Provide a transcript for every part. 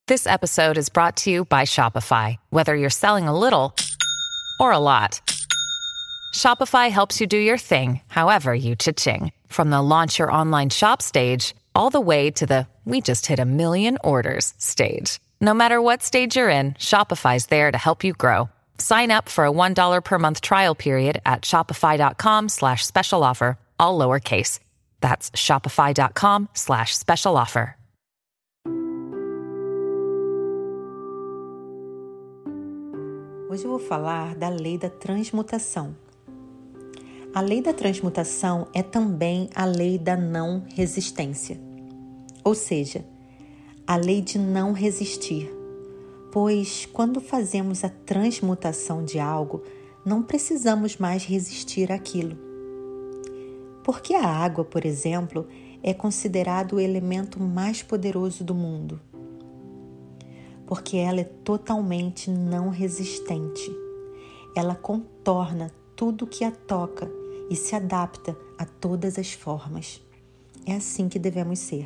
This episode is brought to you by Shopify. Whether you're selling a little or a lot, Shopify helps you do your thing, however you cha-ching. From the launch your online shop stage, all the way to the we just hit 1 million orders stage. No matter what stage you're in, Shopify's there to help you grow. Sign up for a $1 per month trial period at shopify.com/special offer, all lowercase. That's shopify.com/special offer. Hoje eu vou falar da lei da transmutação. A lei da transmutação é também a lei da não resistência, ou seja, a lei de não resistir, pois quando fazemos a transmutação de algo, não precisamos mais resistir àquilo. Porque a água, por exemplo, é considerado o elemento mais poderoso do mundo. Porque ela é totalmente não resistente. Ela contorna tudo que a toca e se adapta a todas as formas. É assim que devemos ser.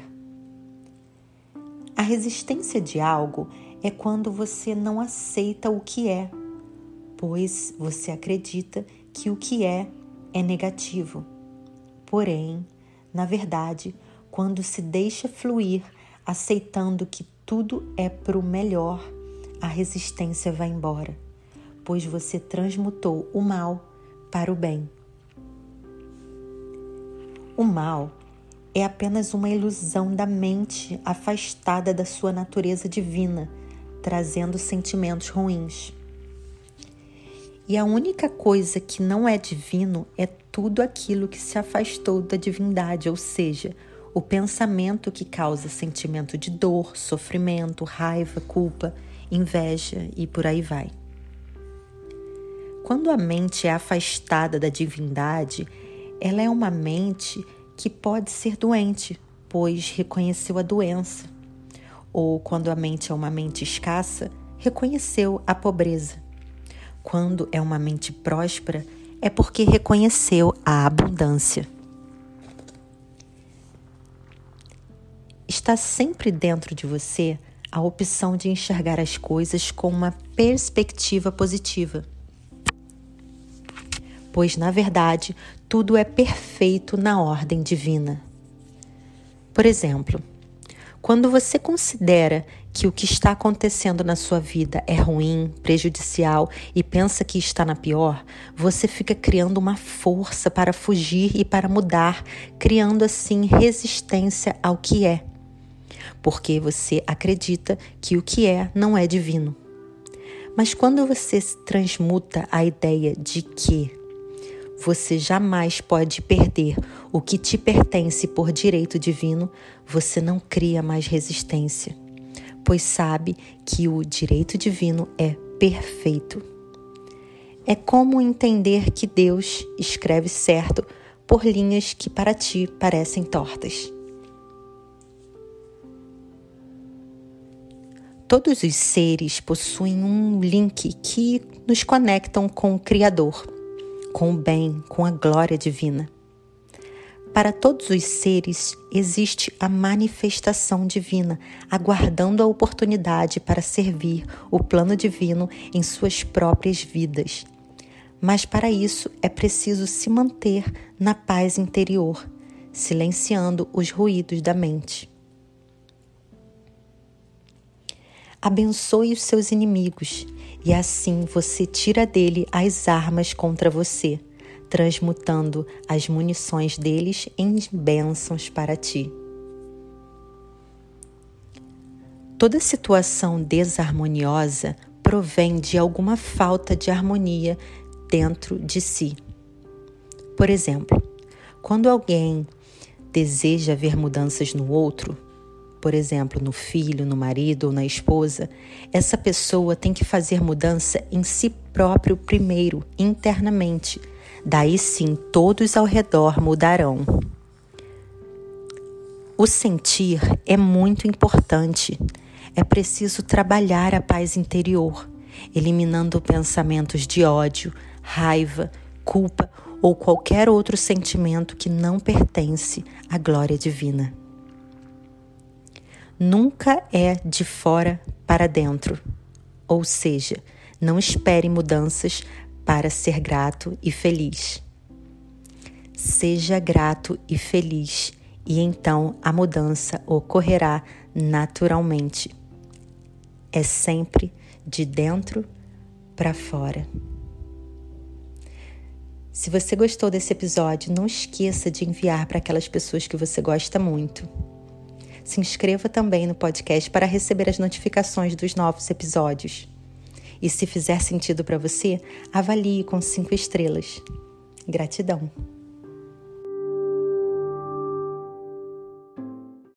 A resistência de algo é quando você não aceita o que é, pois você acredita que o que é negativo. Porém, na verdade, quando se deixa fluir, aceitando que tudo é para o melhor, a resistência vai embora, pois você transmutou o mal para o bem. O mal é apenas uma ilusão da mente afastada da sua natureza divina, trazendo sentimentos ruins. E a única coisa que não é divino é tudo aquilo que se afastou da divindade, ou seja, o pensamento que causa sentimento de dor, sofrimento, raiva, culpa, inveja e por aí vai. Quando a mente é afastada da divindade, ela é uma mente que pode ser doente, pois reconheceu a doença. Ou quando a mente é uma mente escassa, reconheceu a pobreza. Quando é uma mente próspera, é porque reconheceu a abundância. Está sempre dentro de você a opção de enxergar as coisas com uma perspectiva positiva. Pois, na verdade, tudo é perfeito na ordem divina. Por exemplo, quando você considera que o que está acontecendo na sua vida é ruim, prejudicial e pensa que está na pior, você fica criando uma força para fugir e para mudar, criando assim resistência ao que é. Porque você acredita que o que é não é divino. Mas quando você transmuta a ideia de que você jamais pode perder o que te pertence por direito divino, você não cria mais resistência, pois sabe que o direito divino é perfeito. É como entender que Deus escreve certo por linhas que para ti parecem tortas. Todos os seres possuem um link que nos conectam com o Criador, com o bem, com a glória divina. Para todos os seres existe a manifestação divina, aguardando a oportunidade para servir o plano divino em suas próprias vidas. Mas para isso é preciso se manter na paz interior, silenciando os ruídos da mente. Abençoe os seus inimigos e assim você tira dele as armas contra você, transmutando as munições deles em bênçãos para ti. Toda situação desarmoniosa provém de alguma falta de harmonia dentro de si. Por exemplo, quando alguém deseja ver mudanças no outro, por exemplo, no filho, no marido ou na esposa, essa pessoa tem que fazer mudança em si próprio primeiro, internamente. Daí sim, todos ao redor mudarão. O sentir é muito importante. É preciso trabalhar a paz interior, eliminando pensamentos de ódio, raiva, culpa ou qualquer outro sentimento que não pertence à glória divina. nunca é de fora para dentro. Ou seja, não espere mudanças para ser grato e feliz. Seja grato e feliz, e então a mudança ocorrerá naturalmente. É sempre de dentro para fora. Se você gostou desse episódio, não esqueça de enviar para aquelas pessoas que você gosta muito. Se inscreva também no podcast para receber as notificações dos novos episódios. E se fizer sentido para você, avalie com 5 estrelas. Gratidão!